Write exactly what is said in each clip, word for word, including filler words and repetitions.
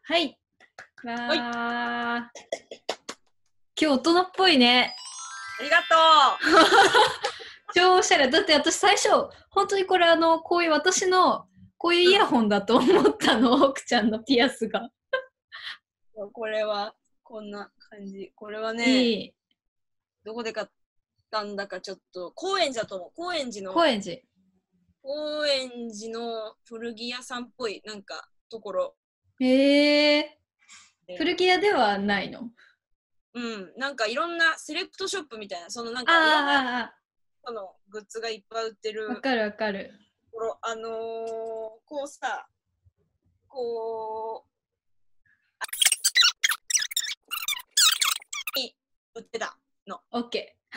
はい。わはいー。今日大人っぽいね。 ありがと超おしゃれ。だって私最初、本当にこれあの、こういう私の、こういうイヤホンだと思ったの、奥ちゃんのピアスが。 う。これはこんな感じ。これはね、 いい。 どこで買ったんだかちょっと、高円寺だと思う。高円寺の、 高円寺。 高円寺の古着屋さんっぽい、なんか、ところへえー。 で。 古着屋ではないの？ うん。なんかいろんなセレクトショップみたいな、そのなんあかいろんなあ、 そのグッズがいっぱい売ってるわかるわかる。 ところ、あのー、こうさ、こう、に売ってたの。 オッケー。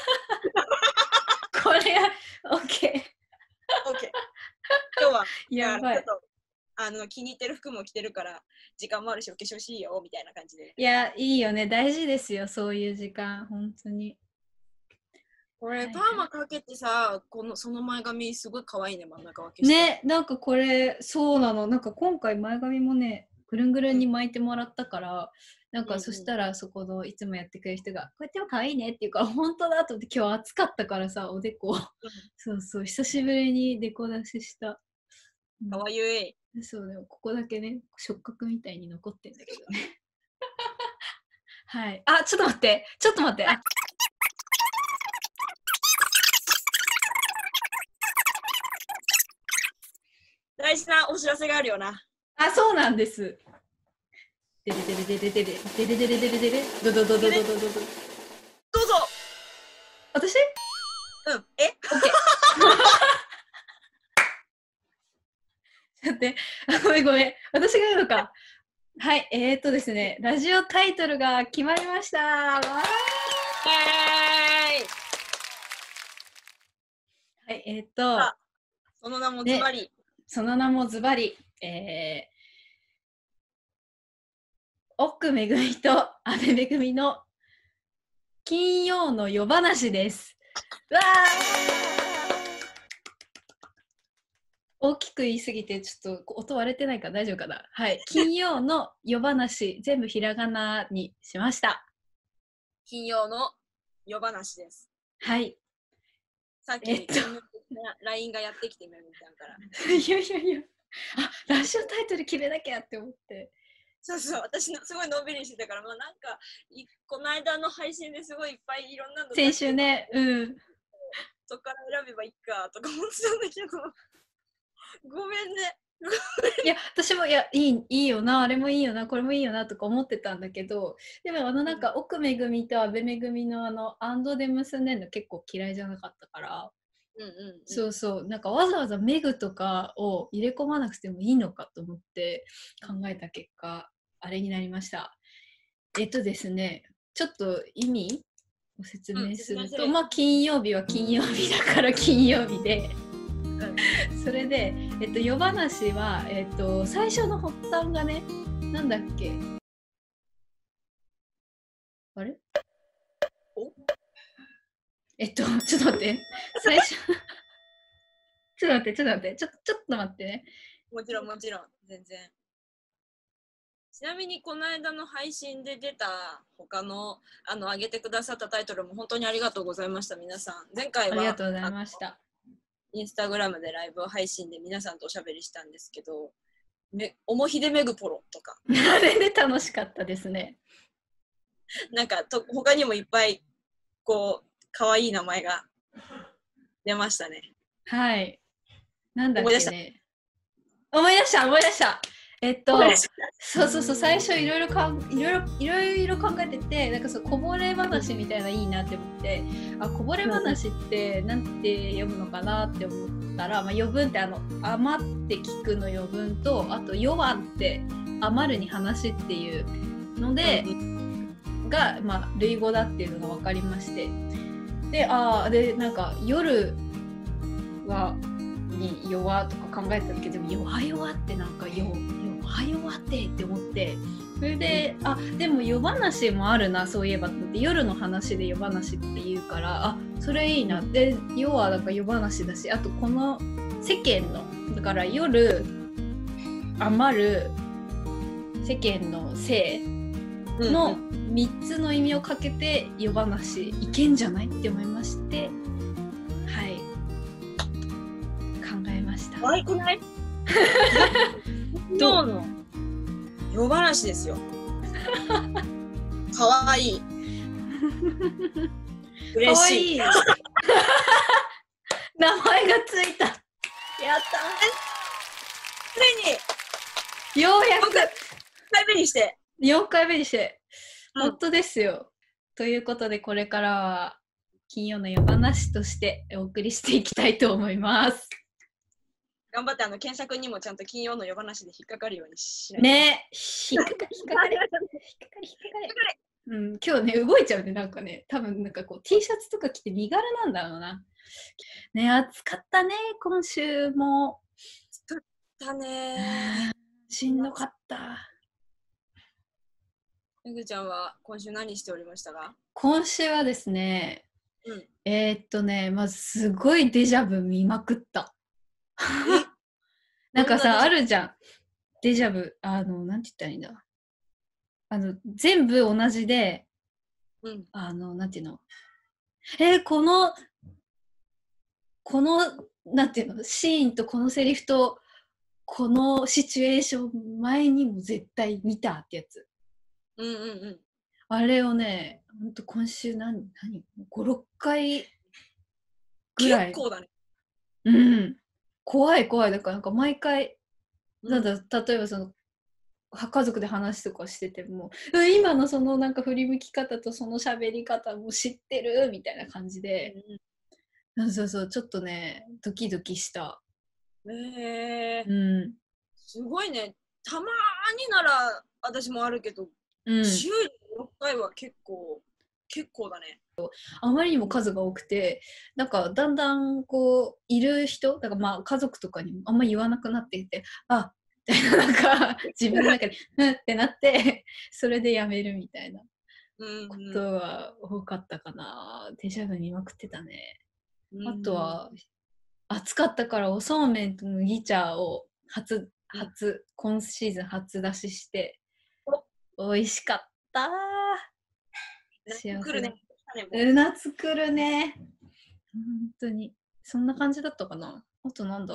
これが、オッケオッケー。今日は、 ー。やばい。 ちょっとあの気に入ってる服も着てるから時間もあるしお化粧しいよみたいな感じで。 いや、いいよね。大事ですよ、そういう時間。本当に。 これ、 はいパーマかけてさ、このその前髪すごい可愛いね、真ん中分けして。 ね、なんかこれそうなの。なんか今回前髪もねぐるんぐるんに巻いてもらったから、うん、なんかそしたらそこのいつもやってくれる人が「こうやっても可愛いね」って言うから本当だと思って、今日暑かったからさおでこ、うん、そうそう久しぶりにデコ出しした。 かわゆい。 そうでもここだけね触覚みたいに残ってんだけどね。はい。あ、ちょっと待ってちょっと待って、あ大事なお知らせがあるよな。 あ、そうなんです。デレデレデレデレデレデレデレデレドドドドドドドド。どうぞ。私？ うん。え？ オッケー。だってごめんごめん。私が言うのか。はい、えーっとですね、ラジオタイトルが決まりました。わー。 はいはい、えーっと、 その名もズバリ、ね。 その名もズバリ、えー、奥めぐみと阿部めぐみの金曜の夜話です。わー。大きく言いすぎてちょっと音割れてないから大丈夫かな。はい、金曜の夜話全部ひらがなにしました。 金曜の夜話です。 はい。 さっき、えっと、ライン がやってきてみるみたいから。 いやいやいや、あ、ラジオタイトル決めなきゃって思って。 そうそう、私のすごいのんびりしてたから、まあ、なんかこの間の配信ですごいいっぱいいろんなの先週ね、うん。 そっから選べばいいかとか思ってたんだけど。ごめんね。 いや私もいやいいいいよな、あれもいいよな、これもいいよなとか思ってたんだけど、でもあのなんか、うん、奥めぐみと阿部めぐみのあのアンドで結んでるの結構嫌いじゃなかったから、うんうんうん、そうそう、なんかわざわざメグとかを入れ込まなくてもいいのかと思って考えた結果あれになりました。えっとですね、ちょっと意味を説明すると、うん、まあ金曜日は金曜日だから金曜日でそれで、えっと、夜話は、えっと、最初の発端がね、なんだっけ、あれおえっと、ちょっと待って、最初、ちょっと待って、ちょっと待って、ちょちょっと待ってね。 もちろん、もちろん、全然。ちなみに、この間の配信で出た他の、あの、上げてくださったタイトルも本当にありがとうございました、皆さん。前回は、 ありがとうございました。 インスタグラムでライブ配信で皆さんとおしゃべりしたんですけど、めおもひでめぐポロとかあれで楽しかったですね。 なんかと他にもいっぱいこう可愛い名前が出ましたね。 はい。なんだっけね。思い出した思い出したえっとそうそうそう、最初いろいろかんいろいろいろいろ考えてて、なんかそうこぼれ話みたいなのいいなって思って、あ、こぼれ話ってなんて読むのかなって思ったら、まあ、余分ってあの余って聞くの余分と、あと弱って余るに話っていうので、うん、がまあ類語だっていうのが分かりまして、で、あでなんか夜はに弱とか考えたけど、でも弱弱ってなんか弱弱弱ってって思って、それで、あ、でも夜話もあるなそういえばって、夜の話で夜話って言うから、あ、それいいなって、夜はなんか夜話だし、あとこの世間のだから夜余る世世間の性のみっつの意味をかけて夜話いけんじゃないって思いまして、はい考えました。 可愛くない？今日の夜話ですよ。可愛い。嬉しい。 かわいい名前がついた。やったついにようやくよんかいめにしてよんかいめにして、 うん、 本当ですよ。ということでこれからは金曜の夜話としてお送りしていきたいと思います。 頑張ってあの検索にもちゃんと金曜の夜話で引っかかるようにしないね。引っかかり引っかかり引っかかり引っかかり。うん、今日ね動いちゃうね、なんかね、多分なんかこう T シャツとか着て身軽なんだろうな。ね、暑かったね今週も。 暑かったね。 しんどかった。 めぐちゃんは今週何しておりましたか？ 今週はですね、 うん、 えー、っとね、まずすごいデジャブ見まくった。なんかさ、あるじゃん。デジャブ、あの、なんて言ったらいいんだ。あの、全部同じで、 うん、 あの、なんていうの。えー、この、この、なんていうの、シーンとこのセリフと、このシチュエーション、前にも絶対見たってやつ。 うんうんうん。 あれをね、ほんと今週何、何、ご、ろっかいぐらい。 結構だね。 うん。怖い怖い。だからなんか毎回、なんだ、 うん、 例えばその、家族で話とかしてても、今のそのなんか振り向き方とその喋り方も知ってるみたいな感じで、うん、そうそう、ちょっとね、ドキドキした。 えー、 うん。 すごいね。たまーになら私もあるけど、 うん、 週にろっかいは結構、結構だね。 あまりにも数が多くて、なんかだんだんこういる人、だからまあ家族とかにもあんま言わなくなっていて、あみたいな、なんか自分の中でうんってなってそれでやめるみたいなことは多かったかな。デジャブ見まくってたね。 うん、 あとは暑かったからおそうめんと麦茶を初初今シーズン初出しして美味しかった。 幸せね。 うなつくるね。本当に。そんな感じだったかな。あとなんだ、うん、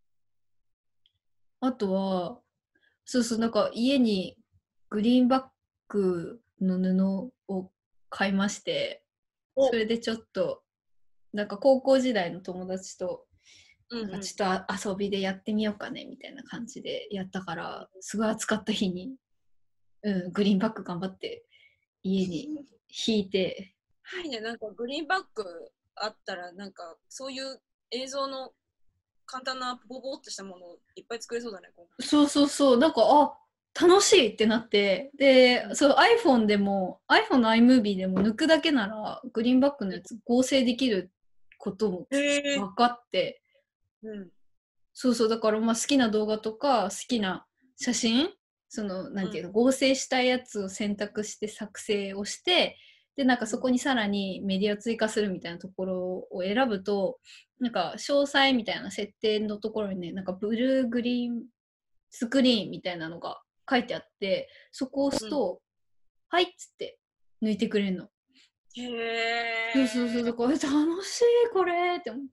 あとは、そうそう、なんか家にグリーンバックの布を買いまして、それでちょっと、なんか高校時代の友達と、なんかちょっと遊びでやってみようかねみたいな感じでやったから、すごい暑かった日に、うん、グリーンバック頑張って家に引いて。 はいね、なんかグリーンバックあったら、なんかそういう映像の簡単なボボっとしたものをいっぱい作れそうだね。 そうそうそう、なんかあ楽しいってなって、で、うん、そう iPhone でも iPhone の iMovie でも抜くだけならグリーンバックのやつ合成できることも分かって、うん、そうそう、だからまあ好きな動画とか好きな写真、そのなんていうの、うん、合成したいやつを選択して作成をして、でなんかそこにさらにメディアを追加するみたいなところを選ぶと、なんか詳細みたいな設定のところにね、なんかブルーグリーンスクリーンみたいなのが書いてあって、そこを押すと、うん、はいっつって抜いてくれるの。 へー。そうそうそう、これ楽しいこれって思って。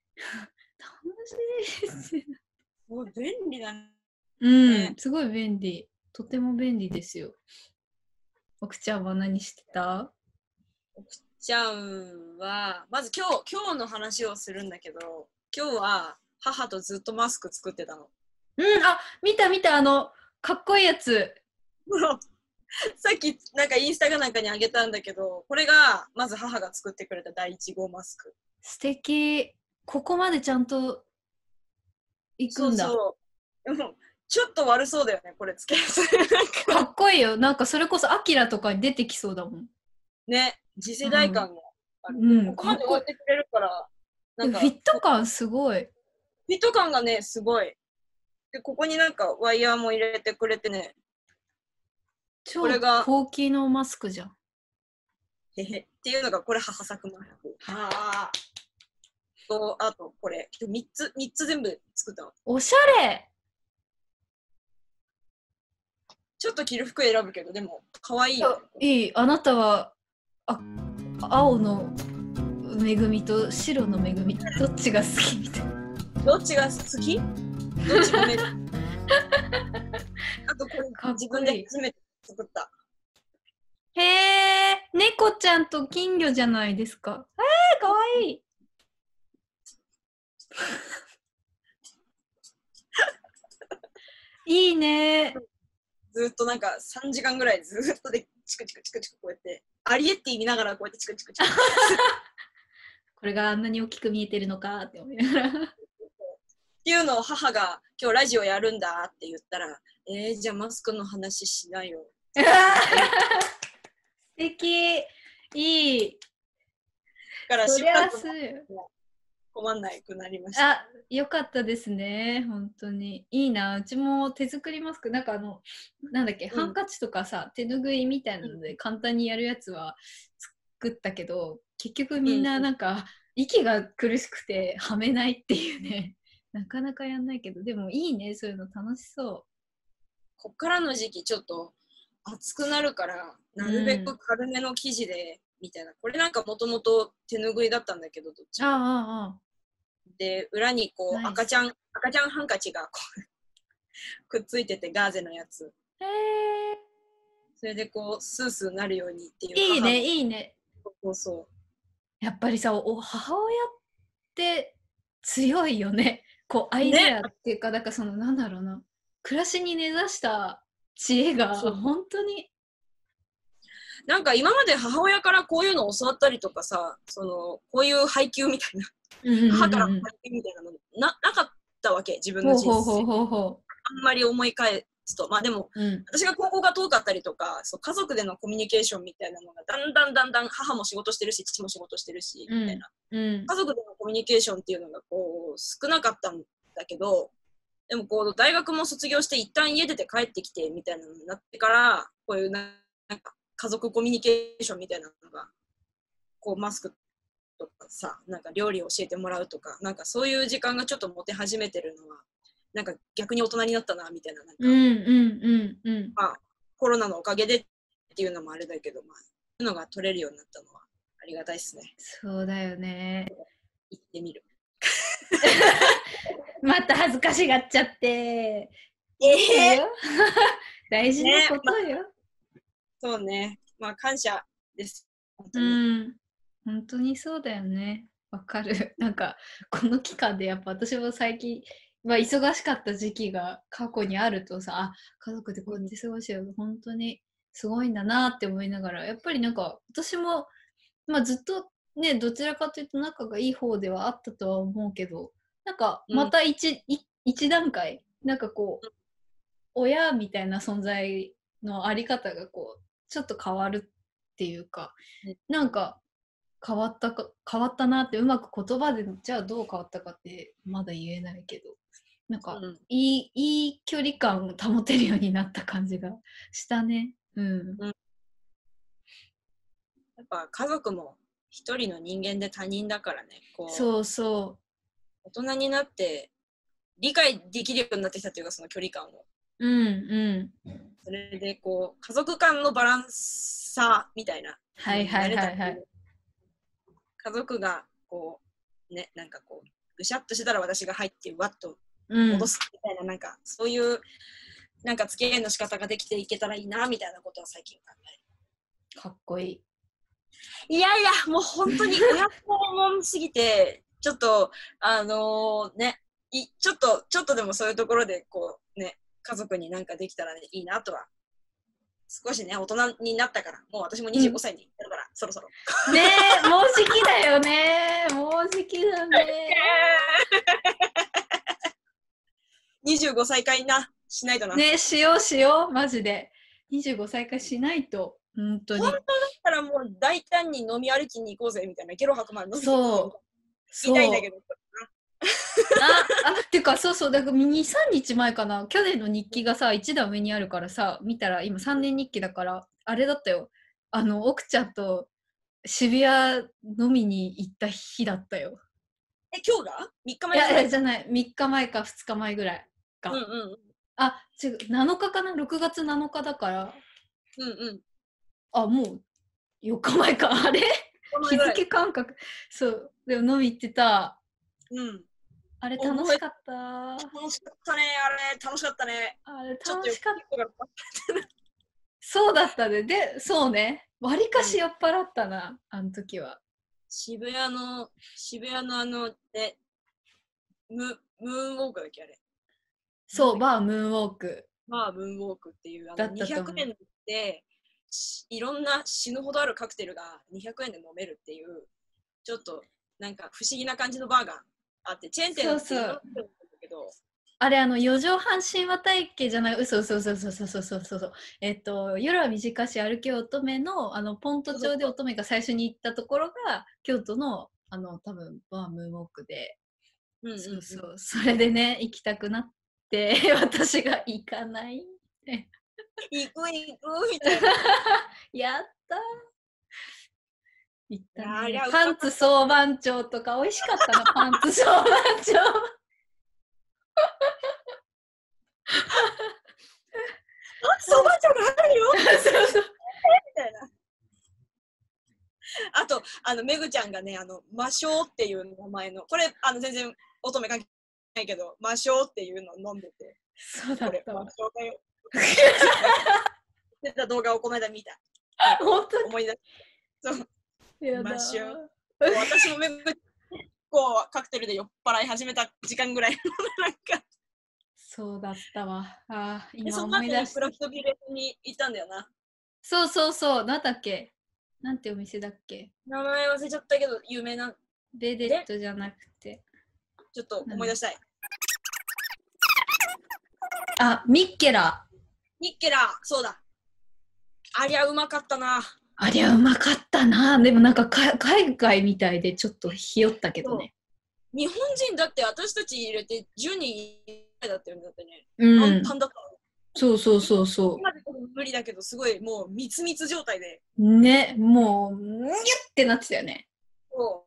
楽しいです。 もう便利だね。 うん、すごい便利。とても便利ですよ。奥ちゃんは何してた？ 奥ちゃんは、まず今日、今日の話をするんだけど、今日は母とずっとマスク作ってたの。 うん、あ、見た見た、あの、かっこいいやつ。 さっきなんかインスタかなんかにあげたんだけど、これがまず母が作ってくれただいいち号マスク。 素敵。ここまでちゃんと行くんだ。 そうそう。でもちょっと悪そうだよね、これつけかっこいいよ。なんかそれこそアキラとかに出てきそうだもん。 ね、次世代感がある。 うん、 ここまで置いてくれるから、 なんかフィット感すごい。 フィット感がね、すごい。で、ここになんかワイヤーも入れてくれてね。 超高級のマスクじゃん。 へへ。っていうのが、これ母作マスク。はあ。と、あと、これ。みっつ、みっつ全部作ったの。 おしゃれ。 ちょっと着る服選ぶけど、でも可愛いよ。 いい。あなたはあ青の恵みと白の恵みどっちが好きみたいな。 どっちが好き？どっちもね。あとこれ自分で初めて作った。 へえ、猫ちゃんと金魚じゃないですか。えー、かわいい。いいね。 ずっとなんかさんじかんぐらいずっとでチクチクチクチクこうやってアリエッティ見ながらこうやってチクチクチクこれがあんなに大きく見えてるのかって思いながらっていうのを母が今日ラジオやるんだって言ったら、えー、じゃあマスクの話しないよ。素敵。いい。 だからそりゃす困んなくなりました。 あ、よかったですね。本当に。いいな。うちも手作りマスク、なんかあの、なんだっけ、うん、ハンカチとかさ、手ぬぐいみたいなので簡単にやるやつは作ったけど、結局みんななんか、うん、息が苦しくてはめないっていうね。なかなかやんないけど、でもいいね。そういうの楽しそう。 こっからの時期ちょっと暑くなるから、なるべく軽めの生地で、うん、みたいな。これなんかもともと手ぬぐいだったんだけど、どっちも。 ああああ。 で、裏にこう赤ちゃん、赤ちゃんハンカチがこうくっついてて、ガーゼのやつ。 へー。 それでこう、スースーなるようにっていう。 いいね、いいね。 そうそう。 やっぱりさ、お母親って強いよね。こう、アイデアっていうか、ね、だからその、なんだろうな。暮らしに根ざした知恵が本当に。 なんか今まで母親からこういうのを教わったりとかさ、そのこういう配給みたいな、うんうんうん、母から配給みたいなのななかったわけ、自分の人生。ほうほうほうほう。あんまり思い返すと、まあでも、うん、私が高校が遠かったりとか、そう家族でのコミュニケーションみたいなのがだんだんだんだん母も仕事してるし、父も仕事してるし、みたいな、うんうん。家族でのコミュニケーションっていうのがこう少なかったんだけど、でもこう大学も卒業して一旦家出て帰ってきてみたいなのになってから、こういうなんか家族コミュニケーションみたいなのがこうマスクとかさ、なんか料理を教えてもらうとか、なんかそういう時間がちょっと持て始めてるのはなんか逆に大人になったなみたいな、なんか、うんうんうんうん、まあコロナのおかげでっていうのもあれだけど、まあそういうのが取れるようになったのはありがたいですね。 そうだよね。 行ってみる。 また恥ずかしがっちゃって。 えー、 大事なことよ、ね。まあ、 そうね。まあ感謝です。 本当に。うん。本当にそうだよね。わかる。なんかこの期間でやっぱ私も最近、まあ、忙しかった時期が過去にあるとさ、あ、家族でこうやって過ごしてるの本当にすごいんだなって思いながら、やっぱりなんか私も、まあ、ずっとね、どちらかというと仲がいい方ではあったとは思うけど、なんかまた一、うん、一段階、なんかこう、親みたいな存在のあり方がこう、ちょっと変わるっていうか、なんか変わったか、変わったなって、うまく言葉で、じゃあどう変わったかってまだ言えないけど、なんか、うん、いい、いい距離感を保てるようになった感じがしたね。うん。うん、 やっぱ家族も一人の人間で他人だからね。こうそうそう。 大人になって理解できるようになってきたというか、その距離感を。 うんうん。 それでこう家族間のバランスさみたいな。 はいはいはいはい。 家族がこうね、なんかこうぐしゃっとしてたら私が入ってわっと戻すみたいな、うん、なんかそういうなんか付き合いの仕方ができていけたらいいなみたいなことは最近考える。かっこいい。 いやいや、もう本当に親子もんすぎてちょっとあのー、ねいちょっとちょっとでもそういうところでこうね家族になんかできたら、ね、いいなとは。少しね、大人になったから、もう私もにじゅうごさいになるから、うん、そろそろ。 ねえ、もうじきだよね。もうじきだね。 にじゅうごさい会な、しないとな。 ねえ、しようしよう、マジで。にじゅうごさい会しないと、本当に。 本当だったらもう大胆に飲み歩きに行こうぜみたいな、ゲロ吐く前の飲みそう。 言いたいんだけど。 あ、あ、っていうか、そうそう、だからに、さんにちまえかな、去年の日記がさ、一段上にあるからさ、見たら今さんねん日記だから、あれだったよ。あの、奥ちゃんと渋谷飲みに行った日だったよ。 え、今日が ?みっ 日前ぐらい？いや、いやじゃない、みっかまえかふつかまえぐらいか。 うんうん。 あ、違う、なのかかな ?ろく 月なのかだから。 うんうん。 あ、もうよっかまえか。あれ日付感覚。そう。でも飲み行ってた。 うん。 あれ楽しかった。 楽しかったね。あれ楽しかったね。 あれ楽しかった。そうだったね。で、そうね。わりかし酔っ払ったな、うん、あの時は。 渋谷の、渋谷のあの、ね、ムムーンウォークだっけあれ。 そう、バームーンウォーク。 バームーンウォークっていう、あのにひゃくえんで、いろんな死ぬほどあるカクテルがにひゃくえんで飲めるっていう、ちょっとなんか不思議な感じのバーがあって、チェーン店っていろんなところなんだけど、 あれ、あの、四畳半神話体系じゃない、嘘嘘嘘嘘嘘嘘嘘嘘。えっと、夜は短し歩け乙女の、あの、ポント町で乙女が最初に行ったところが、京都の、あの、多分バームーンウォークで、うんうんうん、そうそう、それでね、行きたくなって、私が行かない。 行く行くみたいな。 やったー。行ったね。パンツ総番長とか美味しかったな、パンツ総番長。 総番長があるよみたいな。あと、あの、めぐちゃんがね、あの、魔性っていう名前の、これ、あの、全然乙女関係ないけど、魔性っていうのを飲んでて、 そうだったわ。 魔性だよ。出た動画をこの間見た。 本当に思い出した。そう。魔性。 私私もめぐこうカクテルで酔っ払い始めた時間ぐらいのなんか。 そうだったわ。あ、 今思い出した。クラフトビールに行ったんだよな。 そうそうそう。なんだっけ？なんてお店だっけ？ 名前忘れちゃったけど有名な。 ベデットじゃなくて。 ちょっと思い出したい。 あ、ミッケラ。 ミッケラ、そうだ。ありゃうまかったな。 ありゃうまかったな。でもなんかか海外みたいでちょっとひよったけどね。 日本人だって私たち入れてじゅうにんだったよね。だってね。 うん。 パンパンだった。 そうそうそうそう。 今で無理だけどすごいもう密密状態で。 ね、もうニュッってなってたよね。 そう。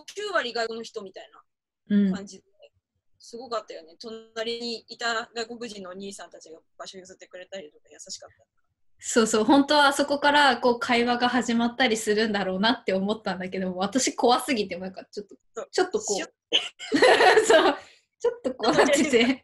きゅうわり外国の人みたいな感じで、うん、すごかったよね。隣にいた外国人のお兄さんたちが場所譲ってくれたりとか優しかった。 そうそう、本当はあそこからこう会話が始まったりするんだろうなって思ったんだけど、私怖すぎて、なんかちょっと、ちょっとこう、そう、ちょっとこうなってて、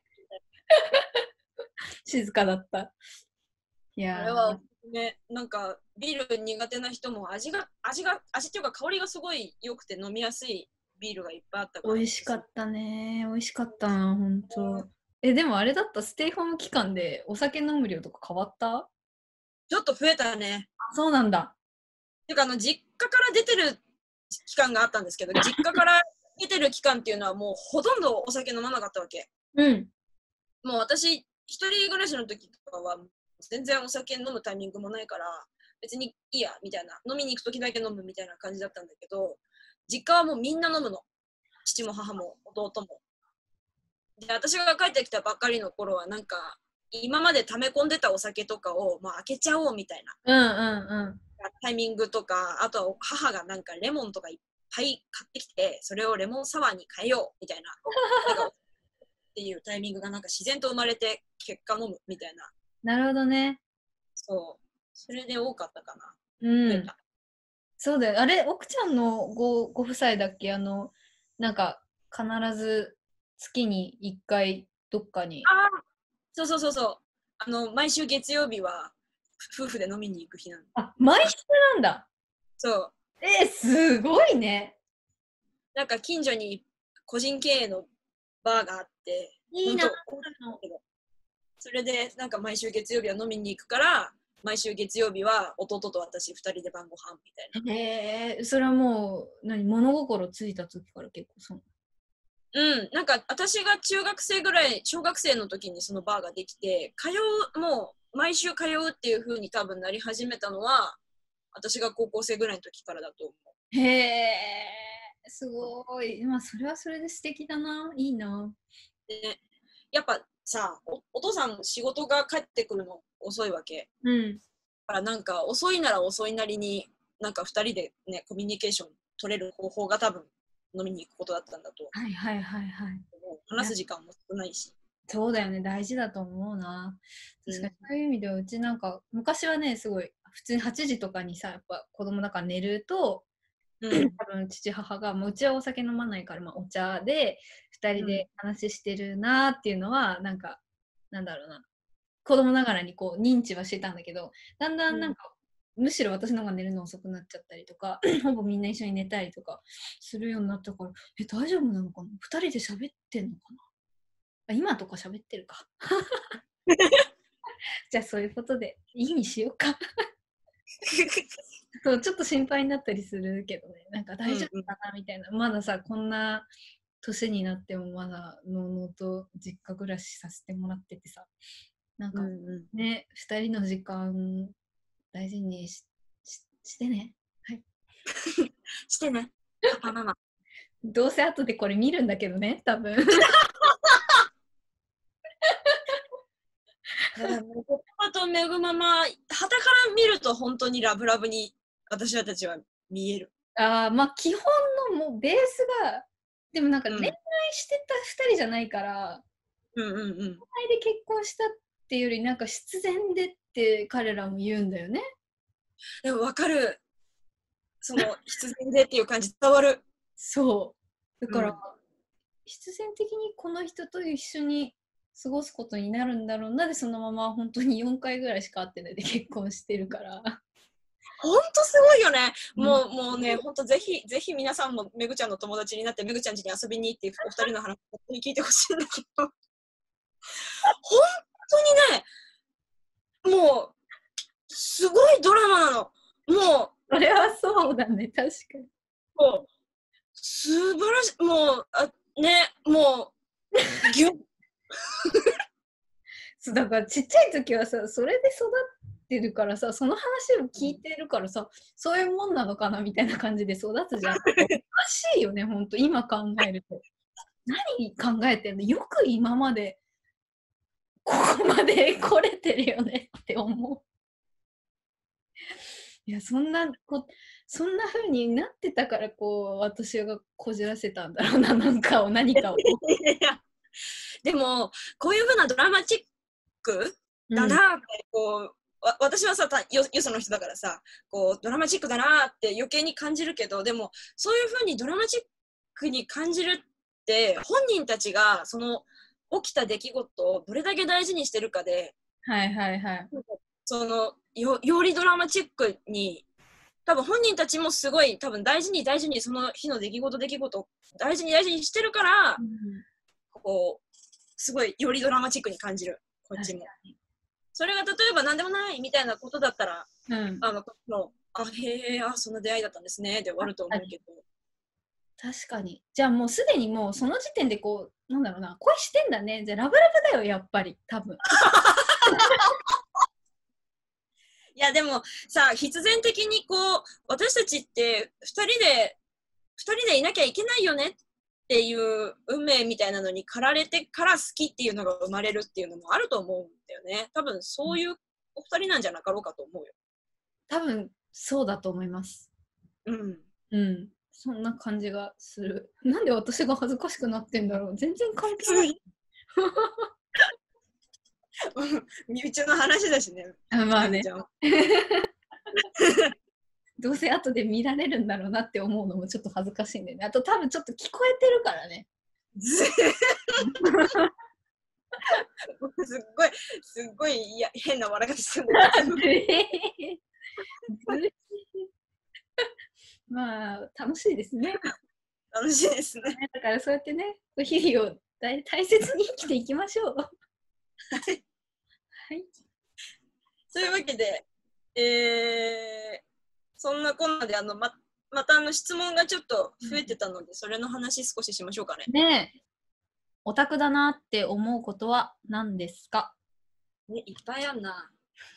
静かだった。いやー。あれはね、なんかビール苦手な人も味が、味が、味っていうか香りがすごい良くて飲みやすいビールがいっぱいあったから。 美味しかったね。美味しかったな、ほんと。え、でもあれだった、ステイホーム期間でお酒飲む量とか変わった？ ちょっと増えたね。 そうなんだ。 ていうかあの実家から出てる期間があったんですけど、実家から出てる期間っていうのはもうほとんどお酒飲まなかったわけ。 うん。 もう私一人暮らしの時とかは全然お酒飲むタイミングもないから別にいいやみたいな、飲みに行く時だけ飲むみたいな感じだったんだけど、実家はもうみんな飲むの。父も母も弟も。で、私が帰ってきたばっかりの頃はなんか今まで溜め込んでたお酒とかをもう開けちゃおうみたいな、うんうんうん、 タイミングとか、あとは母がなんかレモンとかいっぱい買ってきて、それをレモンサワーに変えようみたいなっていうタイミングがなんか自然と生まれて結果飲むみたいな。 なるほどね。 そう。それで多かったかな。 うん。そうだよ。あれ、奥ちゃんのご、ご夫妻だっけ？あの、なんか必ず月にいっかいどっかに。 ああ、そうそうそうそう。あの、毎週月曜日は夫婦で飲みに行く日なの。 あ、毎週なんだ。 そう。 えー、すごいね。 なんか近所に個人経営のバーがあって、 いいな。 それでなんか毎週月曜日は飲みに行くから、毎週月曜日は弟と私ふたりで晩ご飯みたいな。 へえー、それはもう何、物心ついた時から結構そう。 うん、なんか私が中学生ぐらい、小学生の時にそのバーができて、通う、もう毎週通うっていう風に多分なり始めたのは、私が高校生ぐらいの時からだと思う。 へえ、すごい。まあそれはそれで素敵だな。いいな。 で、やっぱさお、お父さん仕事が帰ってくるの遅いわけ。 うん。 だからなんか遅いなら遅いなりに、なんかふたりでね、コミュニケーション取れる方法が多分飲みに行くことだったんだと。 はいはいはいはい。 話す時間も少ないし。 そうだよね、大事だと思うな。確かにそういう意味では、うちなんか、昔はね、すごい、普通にはちじとかにさ、やっぱ子供だから寝ると、うん、多分父母が、もううちはお酒飲まないから、まあ、お茶でふたりで話してるなっていうのは、うん、なんか、なんだろうな、子供ながらにこう認知はしてたんだけど、だんだんなんか、うん、むしろ私の方が寝るの遅くなっちゃったりとか、ほぼみんな一緒に寝たりとかするようになったから、え、大丈夫なのかな、ふたりで喋ってんのかな、あ、今とか喋ってるか。じゃあそういうことでいいにしようか。そうちょっと心配になったりするけどね、なんか大丈夫かなみたいな、うんうん、まださ、こんな年になってもまだのうのうと実家暮らしさせてもらっててさ、なんかね、うんうん、ふたりの時間大事に し, し, してね。はい。 してね、パパママ。 どうせ後でこれ見るんだけどね、多分。 だからパパとめぐママ、はたから見ると本当にラブラブに私たちは見える。 ああ、まあ基本のもうベースが、でもなんか恋愛してたふたりじゃないから、 うんうんうん。恋愛で結婚したっていうより、なんか必然でって彼らも言うんだよね。 でも分かる。その必然でっていう感じ伝わる。 そう。だから、うん、必然的にこの人と一緒に過ごすことになるんだろうなで、そのまま本当によんかいぐらいしか会ってないで結婚してるから。 本当すごいよね。もう、うん、もうね、本当ぜひぜひ皆さんもめぐちゃんの友達になってめぐちゃん家に遊びに行ってお二人の話を聞いてほしいんだけど、本当にね、もうすごいドラマなの。もうそれはそうだね、確かに。 もう素晴らしい。もうあね、もうギュッそうだからちっちゃい時はさ、それで育ってるからさ、その話を聞いてるからさ、そういうもんなのかなみたいな感じで育つじゃん。おかしいよね、ほんと今考えると。何考えてんの、よく今までここまで来れてるよねって思う。いや、そんなこそんな風になってたから、こう私がこじらせたんだろうな、なんかを何かを。 でもこういう風なドラマチックだなって、こう、うん、わ私はさ、よよその人だからさ、こうドラマチックだなって余計に感じるけど、でもそういう風にドラマチックに感じるって本人たちがその起きた出来事をどれだけ大事にしてるかで、 はいはいはい、 その よ, よりドラマチックに、多分本人たちもすごい多分大事に大事にその日の出来事出来事を大事に大事にしてるから、うん、こうすごいよりドラマチックに感じる、こっちも。それが例えば何でもないみたいなことだったら、うん、あのもうあへえ、あそんな出会いだったんですねで終わると思うけど。 確かに。じゃあもうすでにもうその時点でこう、なんだろうな、恋してんだね。じゃあラブラブだよ、やっぱり、多分。 いやでもさ、必然的にこう私たちってふたりでふたりでいなきゃいけないよねっていう運命みたいなのに駆られてから好きっていうのが生まれるっていうのもあると思うんだよね。多分そういうお二人なんじゃなかろうかと思うよ。 多分そうだと思います。 うんうん、そんな感じがする。なんで私が恥ずかしくなってんだろう。全然関係ない。 身内の話だしね。 あ、まあね。どうせ後で見られるんだろうなって思うのもちょっと恥ずかしいんだよね。あと多分ちょっと聞こえてるからね。 すっごいすっごいいや変な笑い方してるんだけど。 まあ楽しいですね。 楽しいですね。 だからそうやってね、日々を大大切に生きていきましょう。はい。 はい。というわけで、えー、そんなこんなであの ま, またあの質問がちょっと増えてたので、うん、それの話少ししましょうかね。 ねえ。オタクだなって思うことは何ですか？ ね、いっぱいあるな。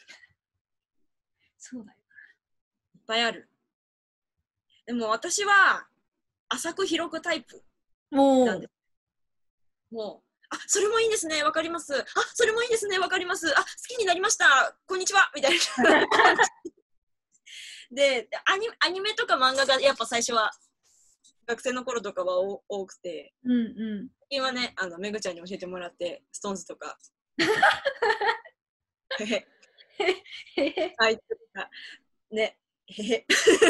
そうだよ。 いっぱいある。でも私は浅く広くタイプなんです。もう、あ、それもいいですね、わかります。あ、それもいいですね、わかります。あ、好きになりました、こんにちはみたいなでアニ、アニメとか漫画がやっぱ最初は学生の頃とかはお多くて、 うんうん、 最近はね、あのめぐちゃんに教えてもらって、ストーンズとか。へへ。はい、ね。へへ。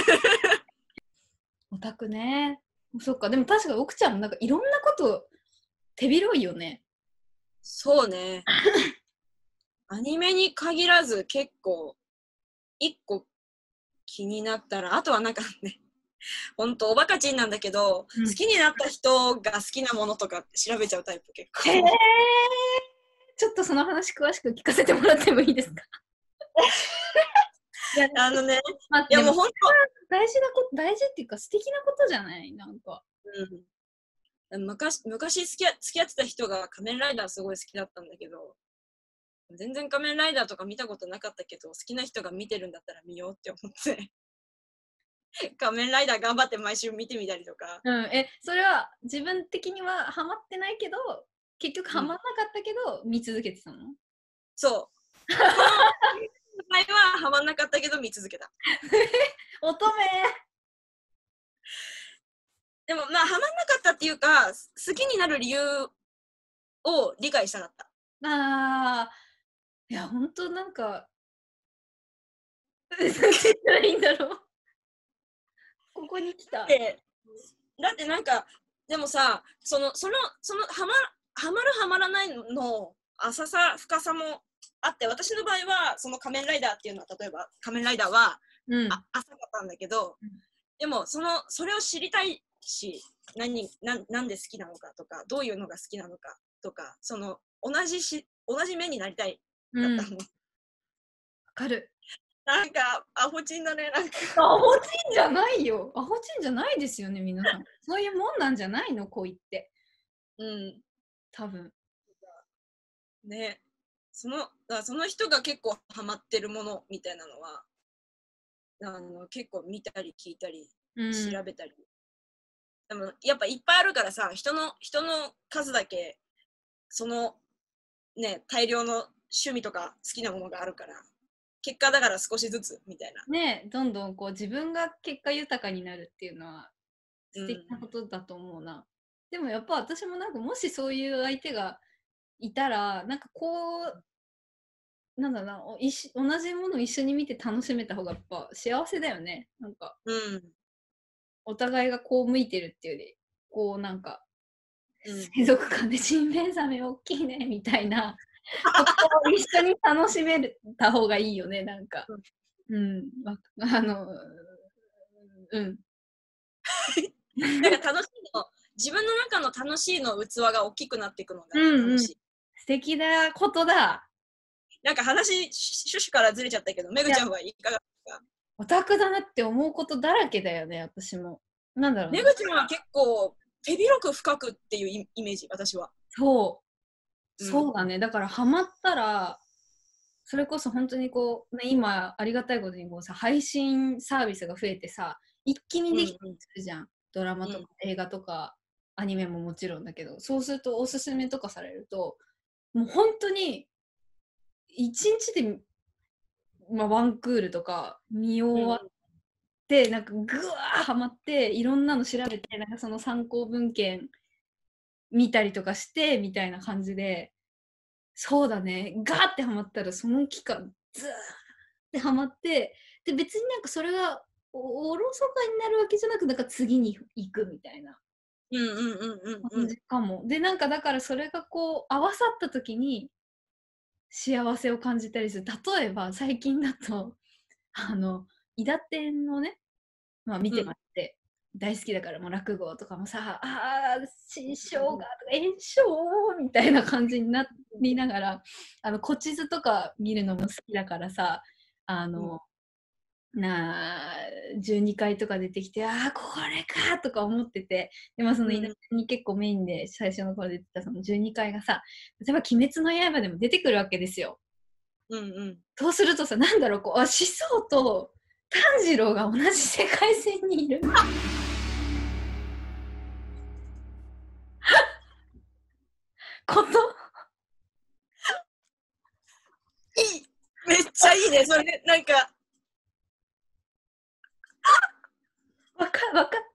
オタクね。そっか、でも確かに奥ちゃんもなんかいろんなこと手広いよね。 そうね。アニメに限らず結構一個気になったら、あとはなんかね、ほんとおバカちんなんだけど、うん、好きになった人が好きなものとか調べちゃうタイプ結構。 へー、ちょっとその話詳しく聞かせてもらってもいいですか？ いやあのね、 まあ、いやもう本当大事なこと、大事っていうか素敵なことじゃない？なんか。 うん、昔昔付き合付き合ってた人が仮面ライダーすごい好きだったんだけど、全然仮面ライダーとか見たことなかったけど、好きな人が見てるんだったら見ようって思って仮面ライダー頑張って毎週見てみたりとか。 うん、え、それは自分的にはハマってないけど、結局ハマんなかったけど、うん、見続けてたの？ そう。この場合はハマんなかったけど見続けた。 乙女。 でもまあハマんなかったっていうか、好きになる理由を理解したかった。 ああ、いや本当なんか何て言ったらいいんだろう。ここに来た。 でだってなんかでもさ、そのそのそのハマハマるハマらないの浅さ深さもあって、私の場合はその仮面ライダーっていうのは、例えば仮面ライダーは、うん、あ浅かったんだけど、うん、でもそのそれを知りたいし、何ななんで好きなのかとか、どういうのが好きなのかとか、その同じし同じ目になりたいかったの。わ、うん、 かる。 なんかアホチンだね。なんかアホチンじゃないよ。アホチンじゃないですよね、皆さん。そういうもんなんじゃないの、恋って。 うん。 多分。 ね。そのだその人が結構ハマってるものみたいなのは、あの結構見たり聞いたり調べたり、うん、でもやっぱいっぱいあるからさ、人の人の数だけそのね大量の趣味とか好きなものがあるから、結果だから少しずつみたいなね、どんどんこう自分が結果豊かになるっていうのは素敵なことだと思うな、うん、でもやっぱ私もなんかもしそういう相手がいたら、なんかこうなんだろうな、いし同じものを一緒に見て楽しめた方がやっぱ幸せだよね。なんか、 うん、 お互いがこう向いてるっていうより、こうなんか、うん、水族館でジンベエザメ大きいねみたいなことを一緒に楽しめた方がいいよね、なんか。うん、あの、うん。 なんか楽しいの、自分の中の楽しいの器が大きくなっていくのが楽しい。うんうん、素敵なことだ。 なんか話、趣旨からずれちゃったけど、めぐちゃんはいかがですか？ オタクだなって思うことだらけだよね、私も。なんだろう、 ね。めぐちゃんは結構手広く深くっていうイメージ、私は。 そう。そうだね。うん、だからハマったら、それこそ本当にこう、ね、今ありがたいことにこうさ、配信サービスが増えてさ、一気にできたりするじゃん。うんうん、ドラマとか映画とか、アニメももちろんだけど、そうするとおすすめとかされると、もう本当に一日で、まあ、ワンクールとか見終わって、うん、なんかぐわーハマっていろんなの調べて、なんかその参考文献見たりとかしてみたいな感じで、そうだね、ガーってハマったらその期間ずーってハマって、で別になんかそれがおろそかになるわけじゃなく、なんか次に行くみたいな感じかも。でなんかだからそれがこう合わさった時に幸せを感じたりする。例えば最近だとあの伊達天のね、まあ見てまして、うん、大好きだからもう落語とかもさ、あー新生姜とか炎症みたいな感じになりながら、あの古地図とか見るのも好きだからさ、あの、うん、なあじゅうにかいとか出てきて、あーこれかとか思ってて、でもその伊達に結構メインで最初の頃出てたそのじゅうにかいがさ、例えば「鬼滅の刃」でも出てくるわけですよ。 うんうん、 そうするとさ、なんだろう、こう、あ、思想と炭治郎が同じ世界線にいる。こといい、めっちゃいいね、それね、なんかわかわか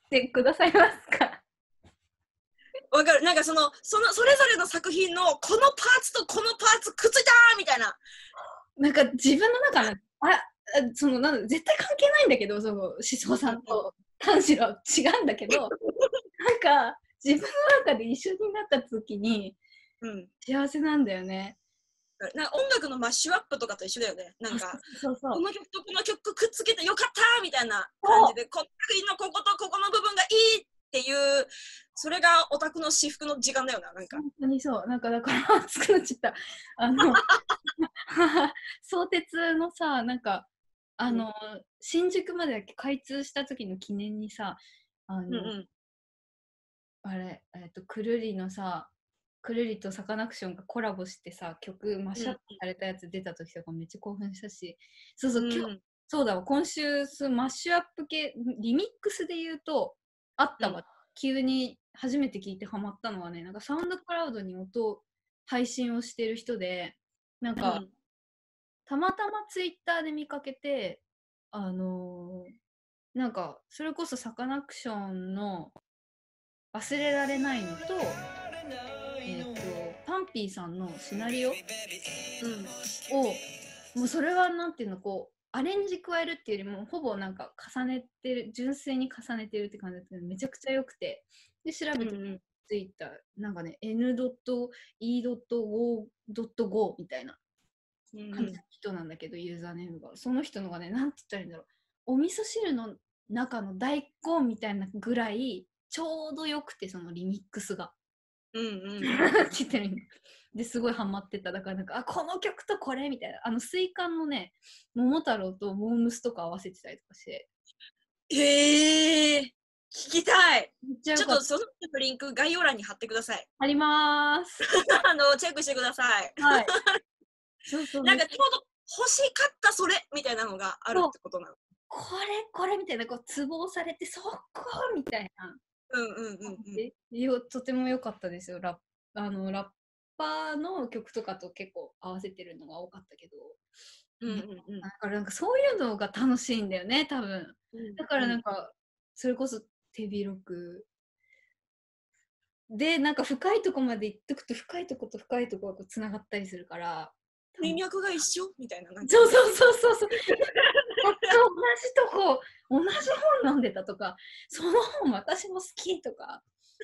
てくださいますか？ わかる。なんかその、その、それぞれの作品のこのパーツとこのパーツくっついたーみたいな。 なんか自分の中の、あ、そのなん絶対関係ないんだけど、その思想さんと炭治郎違うんだけど、なんか自分の中で一緒になった時に、うん、幸せなんだよね。 なんか音楽のマッシュアップとかと一緒だよね。なんかそうそうこの曲とこの曲くっつけてよかったみたいな感じで、この作品のこことここの部分がいいっていう、それがオタクの至福の時間だよな。なんか本当にそう。なんかだから熱くなっちゃった。あの相鉄のさ、なんかあの、うん、新宿まで開通した時の記念にさ、あの、うんうん、あれ、えっとくるりのさ、くるりとサカナクションがコラボしてさ、曲マッシュアップされたやつ出た時とかめっちゃ興奮したし、そうそう、うん、今日そうだわ、今週マッシュアップ系リミックスで言うとあったわ、うん、急に初めて聞いてハマったのはね、なんかサウンドクラウドに音配信をしてる人で、なんか、うん、たまたまツイッターで見かけて、あのー、なんかそれこそサカナクションの忘れられないのと、えー、とパンピーさんのシナリオ、うん、をもうそれはなんていうの、こうアレンジ加えるっていうよりもほぼなんか重ねてる、純粋に重ねてるって感じだったけどめちゃくちゃ良くて、で調べてついた、うん、なんかね エヌドットイードットゴードットゴー みたいな感じの人なんだけど、うん、ユーザーネームがその人のがね、なんて言ったらいいんだろう、お味噌汁の中の大根みたいなぐらいちょうどよくて、そのリミックスがうんうん来てるですごいハマってた。だからなんか、あ、この曲とこれみたいな、あの水管のね、桃太郎とモームスとか合わせてたりとかして、 へえー、聞きたい。ちょっとそのリンク概要欄に貼ってください。 貼りまーす。 あのチェックしてください。はい。そうそう、なんかちょうど欲しかったそれみたいなのがあるってことなの。 これこれみたいな、こうツボ押されてそこみたいな。うんうんうんうん。とても良かったですよ。ラッあのラッパーの曲とかと結構合わせてるのが多かったけど、うんうんうん、だからなんかそういうのが楽しいんだよね、多分。だからなんか、うん、それこそ手広くで、なんか深いとこまで行っとくと深いとこと深いとこがこうつながったりするから、 人脈が一緒みたいな。 なんかそうそうそうそうそう。同じとこ同じ本読んでたとか、その本私も好きとか。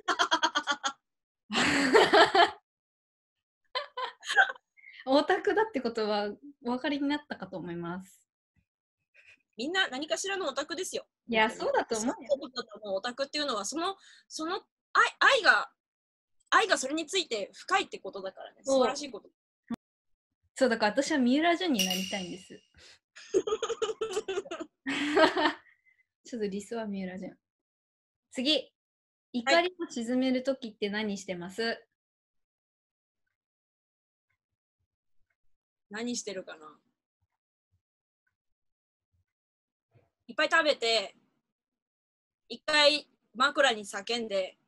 オタクだってことはお分かりになったかと思います。 みんな何かしらのオタクですよ。 いや、そうだと思うよ。 オタクっていうのはそのその愛愛が愛がそれについて深いってことだからね。素晴らしいこと。 そうだから私は三浦淳になりたいんです。ちょっと理想は三浦淳。次、怒りを鎮めるときって何してます？はい、 何してるかな。いっぱい食べて、一回枕に叫んで、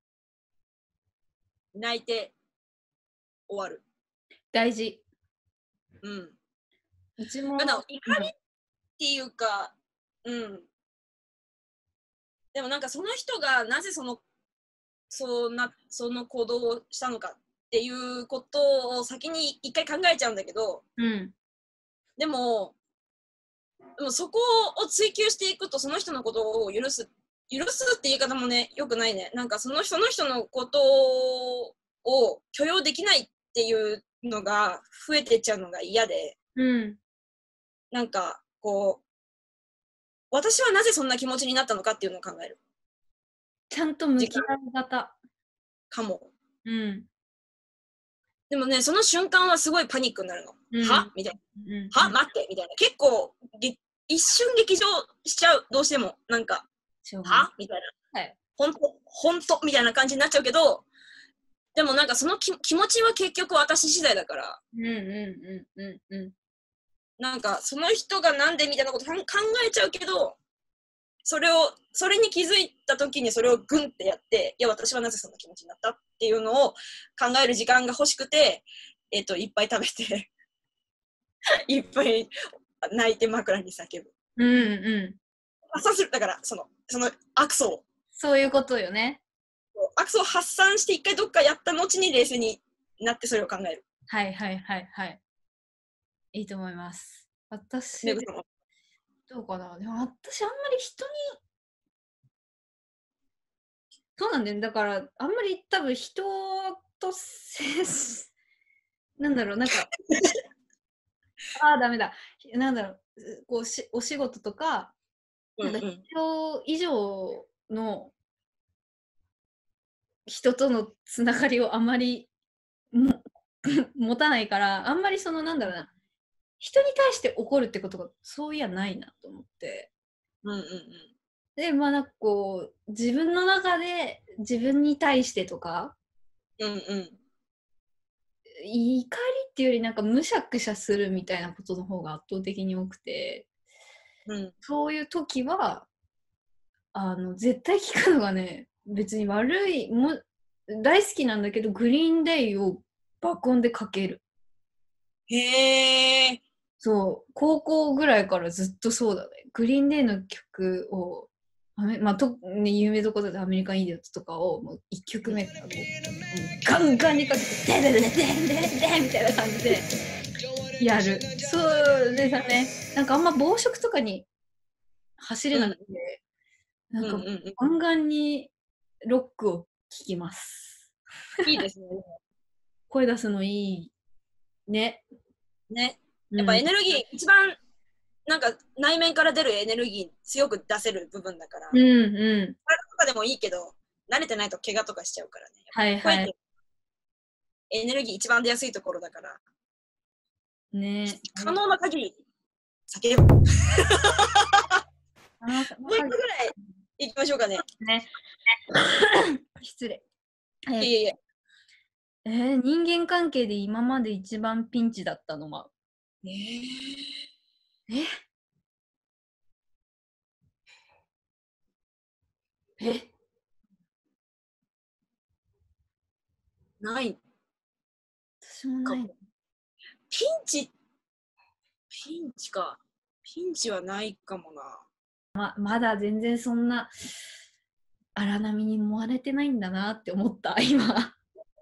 泣いて終わる。 大事。 うん。うちも。怒りっていうか、うん。うん、でもなんかその人がなぜその、そんな、その行動をしたのかっていうことを先に一回考えちゃうんだけど、うん、でも、でもそこを追求していくとその人のことを許す許すって言い方もねよくないね。なんかその人の人のことを許容できないっていうのが増えてっちゃうのが嫌で、うん、なんかこう私はなぜそんな気持ちになったのかっていうのを考える。 ちゃんと向き合い方かも。うん。でもねその瞬間はすごいパニックになるの。うん、はみたいな。うん、は待ってみたいな。結構一瞬劇場しちゃう、どうしても。なんか、はみたいな。はい。ほんと、ほんとみたいな感じになっちゃうけど、でもなんかそのき気持ちは結局私次第だから。うんうんうんうんうん。なんかその人がなんでみたいなこと考えちゃうけど、それを、それに気づいた時にそれをグンってやって、いや私はなぜそんな気持ちになったっていうのを考える時間が欲しくて、えっと、いっぱい食べて、いっぱい泣いて枕に叫ぶ。うんうん。そうするだからそのその悪相。 そういうことよね。 アクセを発散して一回どっかやった後に冷静になってそれを考える。 はいはいはいはい。いいと思います。私、どうかな。でも私あんまり人に、そうなんだよ。だからあんまり多分人と接す、なんだろう、なんか、ああ、ダメだ。なんだろう、こうしお仕事とか、なんか必要以上の人とのつながりをあまりも持たないから、あんまりそのなんだろうな、人に対して怒るってことがそういやないなと思って。 うんうんうん。 で、まあなんかこう、自分の中で自分に対してとか、 うんうん。 怒りっていうよりなんかむしゃくしゃするみたいなことの方が圧倒的に多くて、 うん、 そういう時は、あの、絶対聞くのがね、別に悪い、も大好きなんだけど、グリーンデイを爆音でかける。 へえ。 そう、高校ぐらいからずっとそうだね。グリーンデイの曲を、あめまあ、とね、有名どころでアメリカン・イディオットとかをもういっきょくめからもうガンガンにかけて、デンデンデンデンデンデンみたいな感じでやる。そうでさね、なんかあんま暴食とかに走れなくて、うん、なんかガンガンにロックを聴きます。 いいですね。 声出すのいいね。 ね。やっぱエネルギー、うん、一番なんか内面から出るエネルギー強く出せる部分だから、 うんうん。 体とかでもいいけど、慣れてないと怪我とかしちゃうからね。 はいはい。 エネルギー一番出やすいところだから。 ね。 可能な限り叫ぶ。もう一個ぐらい行きましょうかね。 ね。失礼。 えー、いえいえ。 えー、人間関係で今まで一番ピンチだったのはえー、 ええない。 私もない。 ピンチ、ピンチか。ピンチはないかもな。 ままだ全然そんな荒波に燃われてないんだなって思った今。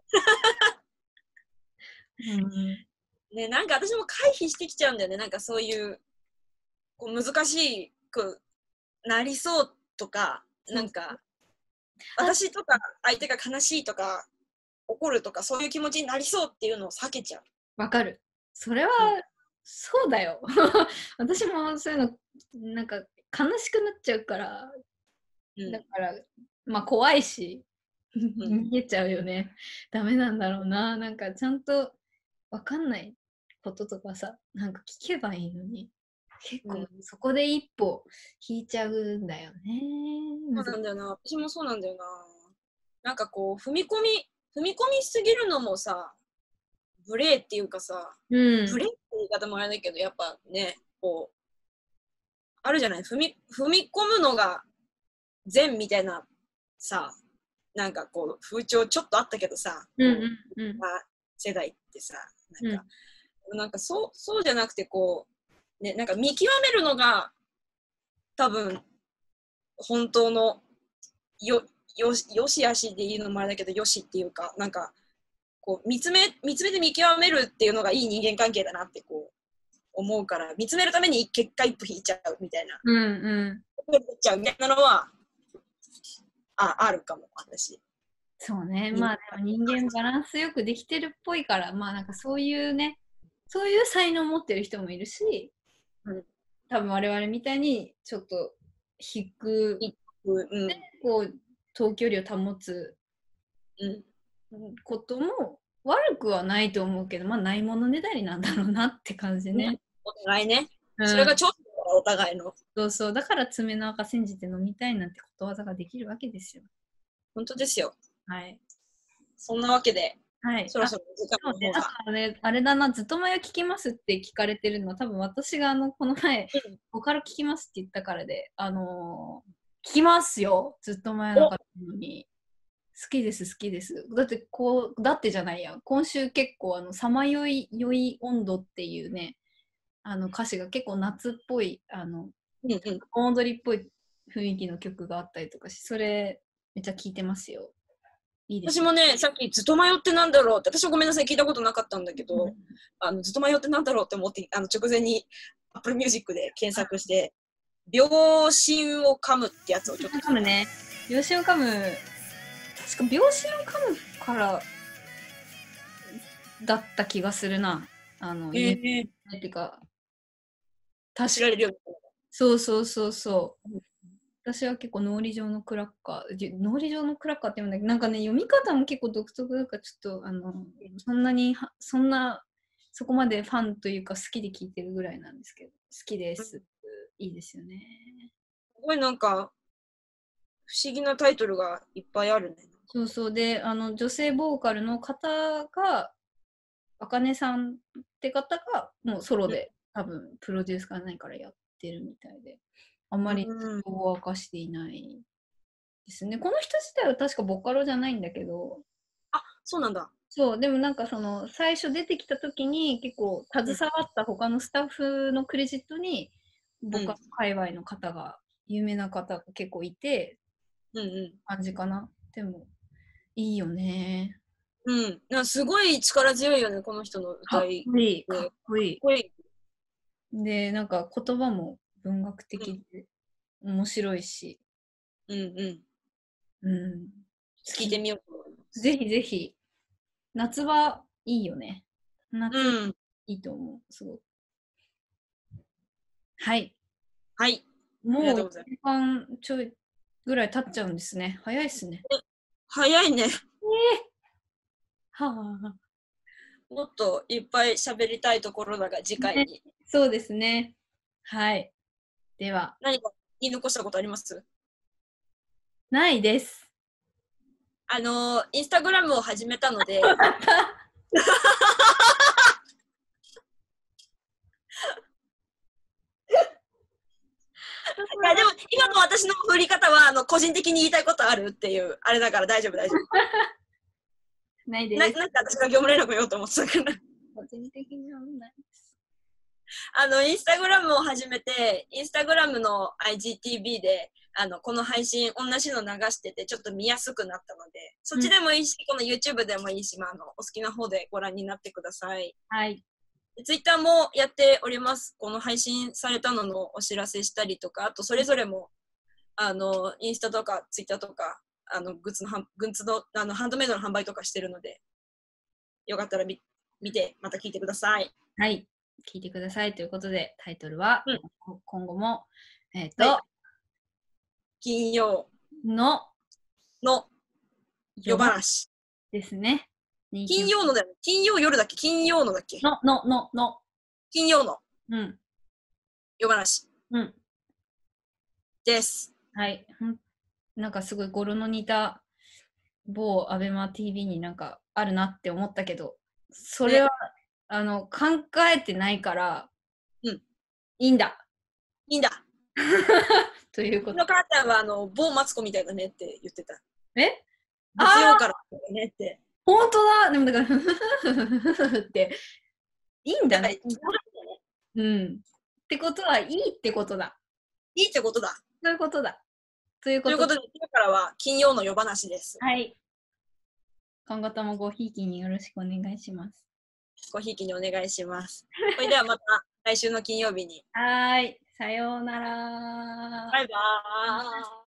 うん、ね、なんか私も回避してきちゃうんだよね。なんかそういうこう難しくなりそうとか、なんか私とか相手が悲しいとか怒るとかそういう気持ちになりそうっていうのを避けちゃう。 わかる。それは、うん、そうだよ。私もそういうのなんか悲しくなっちゃうから、うん、だからまあ怖いし逃げちゃうよね。ダメなんだろうな。なんかちゃんとわかんないこととかさ、なんか聞けばいいのに、結構そこで一歩引いちゃうんだよね。 そうなんだよな。私もそうなんだよな。なんかこう踏み込み踏み込みすぎるのもさ、無礼っていうかさ、 うん、 無礼って言い方もあれだけど、やっぱね、こうあるじゃない。踏み踏み込むのが善みたいなさ、なんかこう風潮ちょっとあったけどさ、 うんうんうん、 世代ってさ、なんか、うん、なんかそうそうじゃなくてこうね、なんか見極めるのが多分本当のよよよしあしで言うのもあれだけどよしっていうか、なんかこう見つめ見つめて見極めるっていうのがいい人間関係だなってこう思うから、見つめるために結果一歩引いちゃうみたいな、 うんうん、 引いちゃうみたいなのはああるかも私。 そうね、まあでも人間バランスよくできてるっぽいから、まあなんかそういうね、そういう才能を持ってる人もいるし、うん、多分我々みたいにちょっと引く、うん、こう遠距離を保つことも悪くはないと思うけど、まあないものねだりなんだろうなって感じね。 お互いね。うん、それがちょっとお互いの。 そうそう、だから爪の赤煎じて飲みたいなんてことわざができるわけですよ。 本当ですよ。 はい。 そんなわけで、 はい、 そろそろ時間の方が。 あ、ね、あれだな、ずっと前を聞きますって聞かれてるのは、多分私があのこの前、うん、ボカロ聞きますって言ったからで、あのー、聞きますよ、ずっと前の方のに。好きです、好きです。だってこう、だってじゃないや、今週結構、あの、さまよいよい温度っていうね、あの歌詞が結構夏っぽい、あの、うんうん、盆踊りっぽい雰囲気の曲があったりとかし、それめっちゃ聞いてますよ。いいです、 ね、私もね、さっきずっと迷ってなんだろうって、私はごめんなさい、聞いたことなかったんだけど、うん、あのずっと迷ってなんだろうって思って、あの直前に Apple Music で検索して、秒針を噛むってやつをちょっと。 噛むね。秒針を噛む。確か秒針を噛むからだった気がするな。あの、えー、っていうか、 知られるように。 そうそうそうそう。私は結構脳裏上のクラッカー、脳裏上のクラッカーって言うんだけど、なんかね、読み方も結構独特だからちょっと、あの、そんなに、そんな、そこまでファンというか好きで聞いてるぐらいなんですけど、好きです。うん、いいですよね。 すごいなんか、不思議なタイトルがいっぱいあるね。 そうそうで、あの、女性ボーカルの方が、あかねさんって方が、もうソロで、多分、プロデュースか何からやってるみたいで、あんまり情報を明かしていないですね。この人自体は確かボカロじゃないんだけど。 あ、そうなんだ。 そう、でもなんかその、最初出てきた時に結構携わった他のスタッフのクレジットに、ボカロ界隈の方が、有名な方が結構いて、 うんうん。 感じかな。でも、いいよね。 うん。なんかすごい力強いよね、この人の歌い。 かっこいい。かっこいい。 かっこいい。 で、なんか言葉も文学的で面白いし。 うんうん。 うん。 聞いてみようと思います。 ぜひぜひ。夏はいいよね。夏、 うん、 いいと思う。すごく。はい。 はい。 もういちじかんちょいぐらい経っちゃうんですね。早いっすね。 早いね。えー、 はあ。 もっといっぱい喋りたいところだが、次回に、ね。 そうですね。はい。では。 何か言い残したことあります？ ないです。 あの、インスタグラムを始めたので。いやでも今の私の振り方はあの個人的に言いたいことあるっていうあれだから大丈夫大丈夫。 ないです。 ななんか私が業務連絡ようと思ってたから。 個人的にはないです。 あのインスタグラムを始めてインスタグラムの アイジーティービー であのこの配信同じの流しててちょっと見やすくなったのでそっちでもいいし、うん、この YouTube でもいいし、まあ、あのお好きな方でご覧になってください。 はい。 ツイッターもやっております。この配信されたののお知らせしたりとか、あとそれぞれもあのインスタとかツイッターとかあのグッズのグッズのあのハンドメイドの販売とかしてるので、よかったら見見てまた聞いてください。 はい、聞いてくださいということでタイトルは、うん、今後もえっ、ー、と、はい、 金曜のの夜話ですね。 金曜のだよね。金曜夜だっけ？金曜のだっけ？ の、の、の、の。 金曜の。 うん。 夜話。 うん。 です。 はい。なんかすごい語呂の似た某アベマ ティービー になんかあるなって思ったけど、それは、ね、あの、考えてないから、 うん。 いいんだ。 いいんだ。 ということ。 の母ちゃんは、あの、某マツコみたいだねって言ってた。 え？ 月曜からねって。 本当だ。でもだから、って、いいんだね。うん。ってことは、いいってことだ。 いいってことだ。 そういうことだ。ということで、 ということで今からは金曜の夜話です。 はい。今後ともごひいきによろしくお願いします。 ごひいきにお願いします。それではまた来週の金曜日に。 はい。さようなら。 バイバーイ。